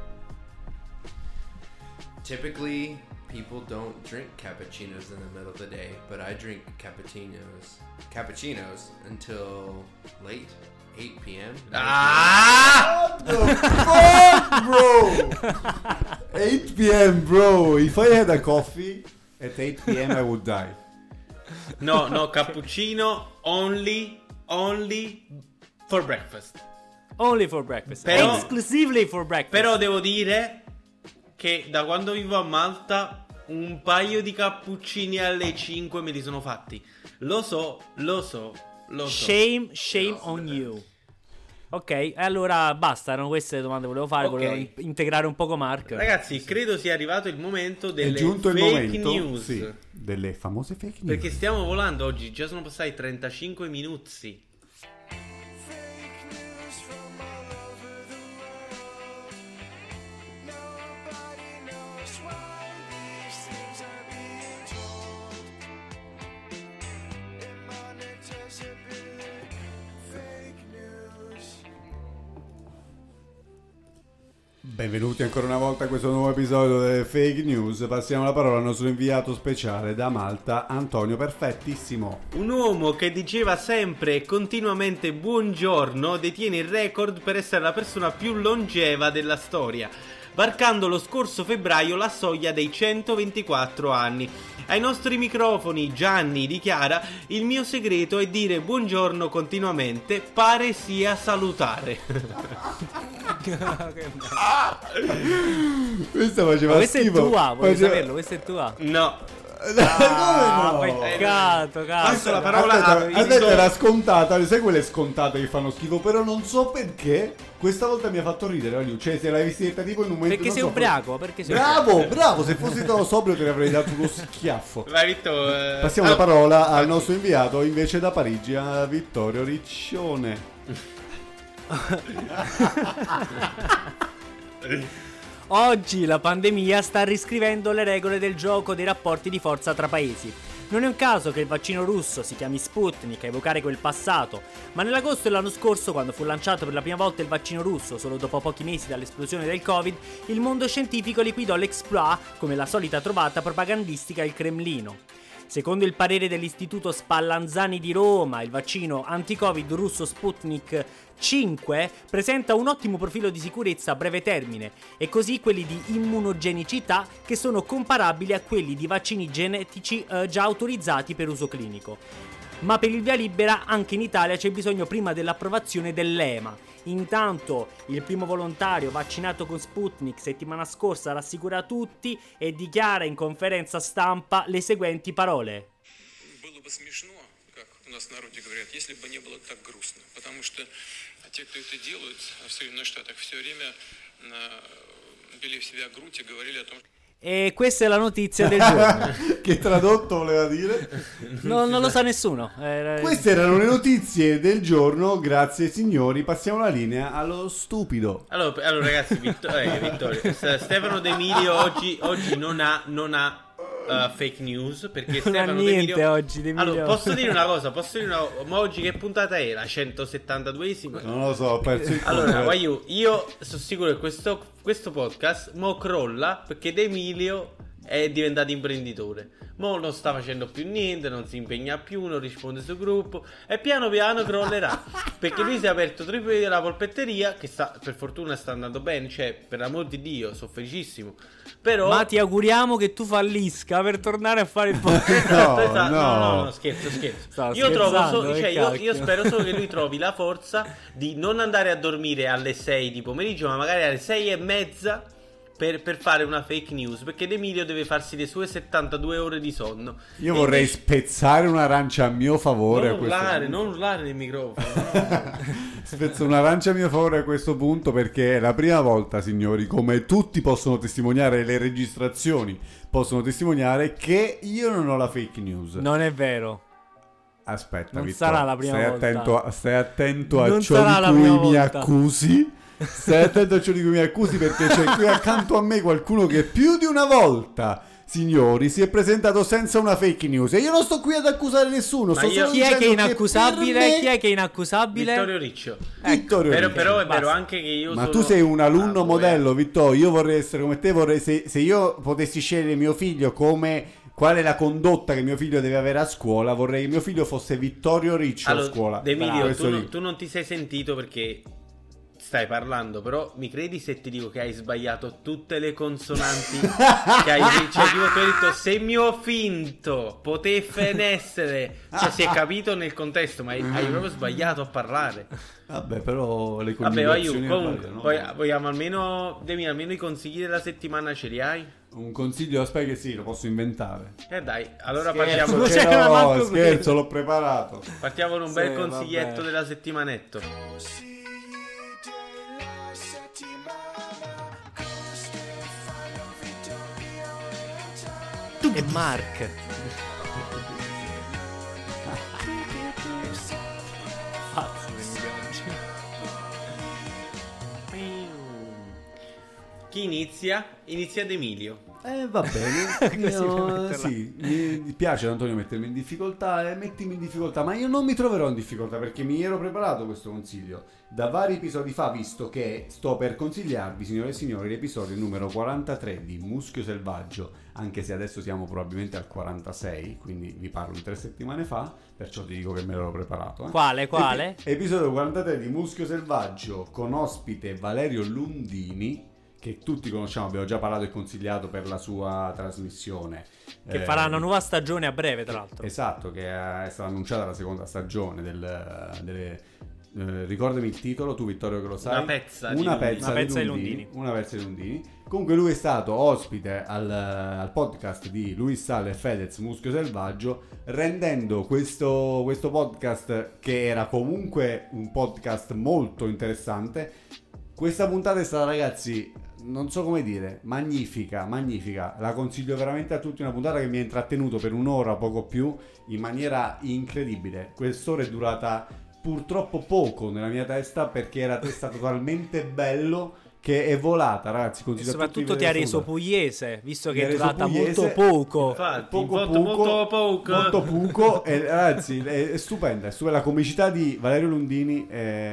Typically, people don't drink cappuccinos in the middle of the day, but I drink cappuccinos, cappuccinos until late. eight p.m. Ah! What the fuck, bro? eight p.m. bro. If I had a coffee at eight p.m. I would die. No, no, cappuccino only, only for breakfast. Only for breakfast. Però- Exclusively for breakfast. Però devo dire che da quando vivo a Malta un paio di cappuccini alle cinque me li sono fatti. Lo so, lo so, lo so. Shame, shame on you. Ok, allora basta, erano queste le domande che volevo fare, Ok. volevo in- integrare un poco Mark. Ragazzi, credo sia arrivato il momento È delle giunto il fake momento, news. sì, delle famose fake news. Perché stiamo volando oggi, già sono passati trentacinque minuti. Benvenuti ancora una volta a questo nuovo episodio delle Fake News. Passiamo la parola al nostro inviato speciale da Malta, Antonio Perfettissimo. Un uomo che diceva sempre e continuamente buongiorno detiene il record per essere la persona più longeva della storia, varcando lo scorso febbraio la soglia dei centoventiquattro anni. Ai nostri microfoni Gianni dichiara: il mio segreto è dire buongiorno continuamente, pare sia salutare. Questa faceva Ma questa è schifo. tua, vuoi Faceva- saperlo? Questa è tua. No. Ah, Come no? peccato, Passo cazzo. la parola Aspetta, a aspetta, Vittorio. era scontata, sai quelle scontate che fanno schifo, però non so perché questa volta mi ha fatto ridere, Aliu. Cioè, se l'hai vista tipo in un momento Perché non sei so, ubriaco? Perché sei Bravo, bravo, se fossi stato sobrio te ne avrei dato uno schiaffo. Vai Vittorio. eh. Passiamo Ah, la parola al infatti. nostro inviato invece da Parigi, a Vittorio Riccione. Oggi la pandemia sta riscrivendo le regole del gioco dei rapporti di forza tra paesi. Non è un caso che il vaccino russo si chiami Sputnik a evocare quel passato, ma nell'agosto dell'anno scorso, quando fu lanciato per la prima volta il vaccino russo, solo dopo pochi mesi dall'esplosione del Covid, il mondo scientifico liquidò l'exploit come la solita trovata propagandistica del Cremlino. Secondo il parere dell'Istituto Spallanzani di Roma, il vaccino anti-Covid russo Sputnik cinque presenta un ottimo profilo di sicurezza a breve termine e così quelli di immunogenicità che sono comparabili a quelli di vaccini genetici eh, già autorizzati per uso clinico. Ma per il via libera anche in Italia c'è bisogno prima dell'approvazione dell'E M A. Intanto il primo volontario vaccinato con Sputnik settimana scorsa rassicura tutti e dichiara in conferenza stampa le seguenti parole. Было бы смешно, как у нас в народе говорят, если бы не было так грустно. Потому что те, кто это делают в Соединенных Штатах, все время э, били в себя грудь и говорили о том, что E questa è la notizia del giorno. Che tradotto voleva dire? No, non lo sa nessuno. Era- Queste erano le notizie del giorno, grazie signori. Passiamo la linea allo stupido. Allora, allora ragazzi, Vittor- eh, Vittorio, S- Stefano De Emilio oggi, oggi non ha, non ha uh, fake news perché Non ha Stefano De niente Emilio... oggi, De Emilio. Allora, posso dire una cosa? Posso dire una... Ma oggi che puntata è? La centosettantaduesima? Non lo so, ho perso il Allora, conto. Waiu, io sono sicuro che questo, questo podcast mo crolla perché De Emilio è diventato imprenditore. Mo non sta facendo più niente, non si impegna più, non risponde sul gruppo e piano piano crollerà perché lui si è aperto Tripoli della polpetteria che sta, per fortuna sta andando bene, cioè per l'amor di Dio sono felicissimo. Però Ma ti auguriamo che tu fallisca per tornare a fare il podcast. Esatto, No, esatto. No, no, no. no, scherzo, scherzo. Stavo Io trovo scherzando, solo, che cioè, io, io cacchio. spero solo che lui trovi la forza di non andare a dormire alle sei di pomeriggio, ma magari alle sei e mezza per, per fare una fake news. Perché De Emilio deve farsi le sue settantadue ore di sonno. Io E vorrei invece- spezzare un'arancia a mio favore. non a questo urlare, punto. non urlare nel microfono. Spezzo un'arancia a mio favore a questo punto perché è la prima volta, signori, come tutti possono testimoniare, le registrazioni possono testimoniare, che io non ho la fake news. Non è vero. Aspetta, Non Vittorio, sarà la prima stai volta. attento a, stai attento a Non ciò sarà di la cui prima mi volta. accusi. Stai attento a ciò di cui mi accusi perché c'è qui accanto a me qualcuno che più di una volta, signori, si è presentato senza una fake news e io non sto qui ad accusare nessuno. Ma sto io- solo Chi è che è dicendo inaccusabile? per me- Chi è che è inaccusabile? Vittorio Riccio. Vittorio Però, Riccio. però è vero Basta. anche che io Ma sono... tu sei un alunno Ah, modello, Vittorio. Io vorrei essere come te. Vorrei se, se io potessi scegliere mio figlio come qual è la condotta che mio figlio deve avere a scuola, vorrei che mio figlio fosse Vittorio Riccio allora, a scuola. Emilio, tu, non, tu non ti sei sentito perché stai parlando, però mi credi se ti dico che hai sbagliato tutte le consonanti che hai, cioè tipo tu hai detto semio finto, poteffe essere, cioè si è capito nel contesto, ma hai, hai proprio sbagliato a parlare. Vabbè, però le Vabbè, coniugazioni io, comunque, no? poi, vogliamo almeno, Demi, almeno i consigli della settimana ce li hai? Un consiglio, aspetta che sì, lo posso inventare. Eh dai, allora Scherzo, partiamo, ce c'era l'ho, manco scherzo, l'ho preparato. partiamo con un Sì, bel consiglietto vabbè. della settimanetto. E Mark. Pazzo di oggi. Chi inizia? Inizia ad Emilio. Eh, va bene. Così per Io, metterla. sì, mi piace Antonio mettermi in difficoltà e mettimi in difficoltà, ma io non mi troverò in difficoltà perché mi ero preparato questo consiglio. Da vari episodi fa, visto che sto per consigliarvi, signore e signori, l'episodio numero quarantatré di Muschio Selvaggio, anche se adesso siamo probabilmente al quarantasei, quindi vi parlo di tre settimane fa, perciò ti dico che me l'ero preparato. Eh. Quale, quale? Epi- episodio quarantatré di Muschio Selvaggio con ospite Valerio Lundini, che tutti conosciamo, abbiamo già parlato e consigliato per la sua trasmissione. Che Eh, farà una nuova stagione a breve, tra l'altro. Esatto, che è stata annunciata la seconda stagione del, delle... eh, ricordami il titolo, tu Vittorio che lo sai. Una pezza di Una Lundini. pezza, Una pezza di di Lundini, Lundini. Una pezza di Lundini. Comunque lui è stato ospite al, al podcast di Luis Sale e Fedez Muschio Selvaggio, rendendo questo, questo podcast, che era comunque un podcast molto interessante. Questa puntata è stata, ragazzi, non so come dire, magnifica, magnifica. La consiglio veramente a tutti, una puntata che mi ha intrattenuto per un'ora, poco più, in maniera incredibile. Quest'ora è durata purtroppo poco nella mia testa perché era stato talmente bello che è volata, ragazzi. E Consiglio a tutti soprattutto di ti ha vedere reso questa pugliese, visto Mi che ha è reso durata pugliese. molto poco. Infatti, poco molto, poco, molto poco. molto poco e ragazzi è, è stupenda, è stupenda. La comicità di Valerio Lundini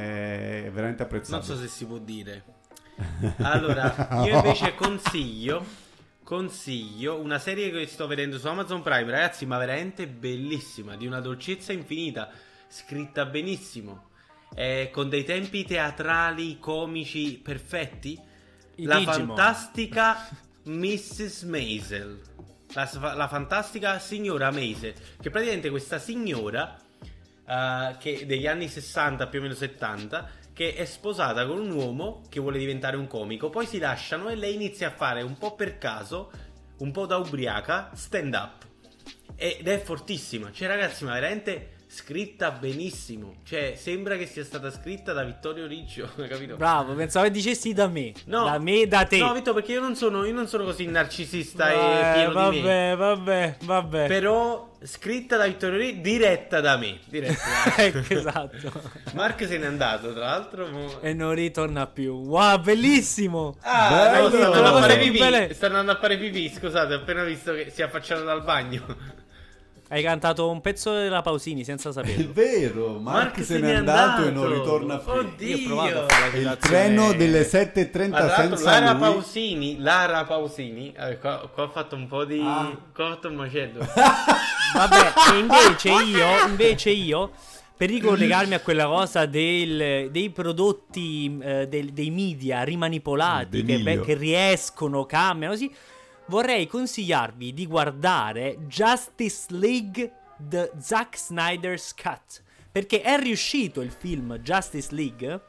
è veramente apprezzata. Non so se si può dire. Allora, io invece consiglio Consiglio una serie che sto vedendo su Amazon Prime, ragazzi, ma veramente bellissima, di una dolcezza infinita, scritta benissimo, eh, con dei tempi teatrali, comici perfetti. I La Digimon. fantastica missus Maisel, la, la fantastica signora Maisel, che praticamente questa signora uh, che degli anni sessanta più o meno settanta, che è sposata con un uomo che vuole diventare un comico, poi si lasciano e lei inizia a fare un po' per caso, un po' da ubriaca, stand up, ed è fortissima, cioè ragazzi, ma veramente scritta benissimo, cioè sembra che sia stata scritta da Vittorio Riccio, capito? Bravo, pensavo che dicessi da me. No, Da me, da te. No, Vittorio, perché io non sono, io non sono così narcisista Eh, e pieno vabbè, di me. vabbè, vabbè. Però scritta da Vittorio Riccio, diretta da me. Diretta da me. Ecco, esatto. Mark se n'è andato, tra l'altro. mo- E non ritorna più. Wow, bellissimo. Ah, Bello! no, sta andando La a cosa fare più pipì. bella è- Sta andando a fare pipì, scusate, ho appena visto che si è affacciato dal bagno. Hai cantato un pezzo della Pausini senza È saperlo. vero, Mark, se n'è andato, e non ritorna più. Oddio. Io ho provato a fare la È il citazione- treno delle sette e trenta Ma tra l'altro senza Lara lui. Pausini, Lara Pausini, eh, qua, qua ho fatto un po' di... Ah. Qua ho fatto un macello. Vabbè, e invece io, invece io, per ricollegarmi a quella cosa del- dei prodotti, eh, del- dei media rimanipolati che, D'Emilio. che riescono, cambiano, così, vorrei consigliarvi di guardare Justice League The Zack Snyder's Cut, perché è riuscito il film Justice League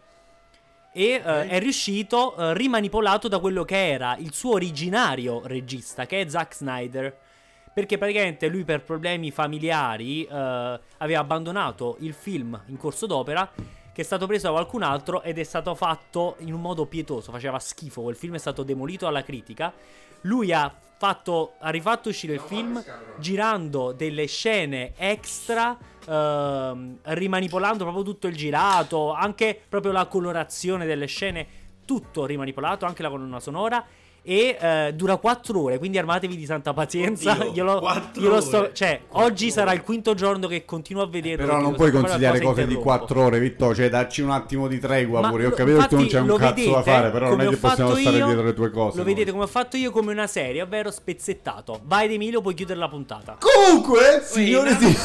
e eh, è riuscito eh, rimanipolato da quello che era il suo originario regista, che è Zack Snyder, perché praticamente lui per problemi familiari eh, aveva abbandonato il film in corso d'opera, che è stato preso da qualcun altro ed è stato fatto in un modo pietoso, faceva schifo, quel film è stato demolito dalla critica. Lui ha fatto ha rifatto uscire il film girando delle scene extra, ehm, rimanipolando proprio tutto il girato, anche proprio la colorazione delle scene, tutto rimanipolato, anche la colonna sonora, E uh, dura quattro ore, quindi armatevi di santa pazienza. Oddio, glielo, quattro glielo sto, ore. cioè, Quattro oggi ore. sarà il quinto giorno che continuo a vederlo. Però non perché puoi questa consigliare cosa cose di interrompo. quattro ore, Vittorio. Cioè, dacci un attimo di tregua Ma pure. Io ho lo- capito che tu non c'è infatti un lo cazzo vedete, da fare, però non come è che ho fatto possiamo stare io, dietro le tue cose. Lo noi. vedete come ho fatto io, come una serie, ovvero spezzettato. Vai Ed Emilio, puoi chiudere la puntata. Comunque, signore e Ui, signori.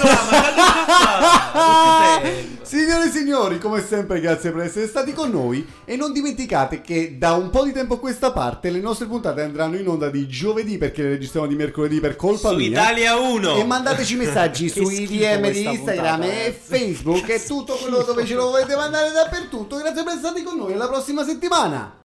ma che tempo. Signore e signori, come sempre, grazie per essere stati con noi. E non dimenticate che da un po' di tempo a questa parte le nostre puntate andranno in onda di giovedì, perché le registriamo di mercoledì per colpa Su mia. Italia uno. E mandateci messaggi Che sui schifo D M di questa Instagram puntata, e ragazzi. Facebook e tutto quello dove ce lo volete mandare dappertutto. Grazie per essere stati con noi. Alla prossima settimana.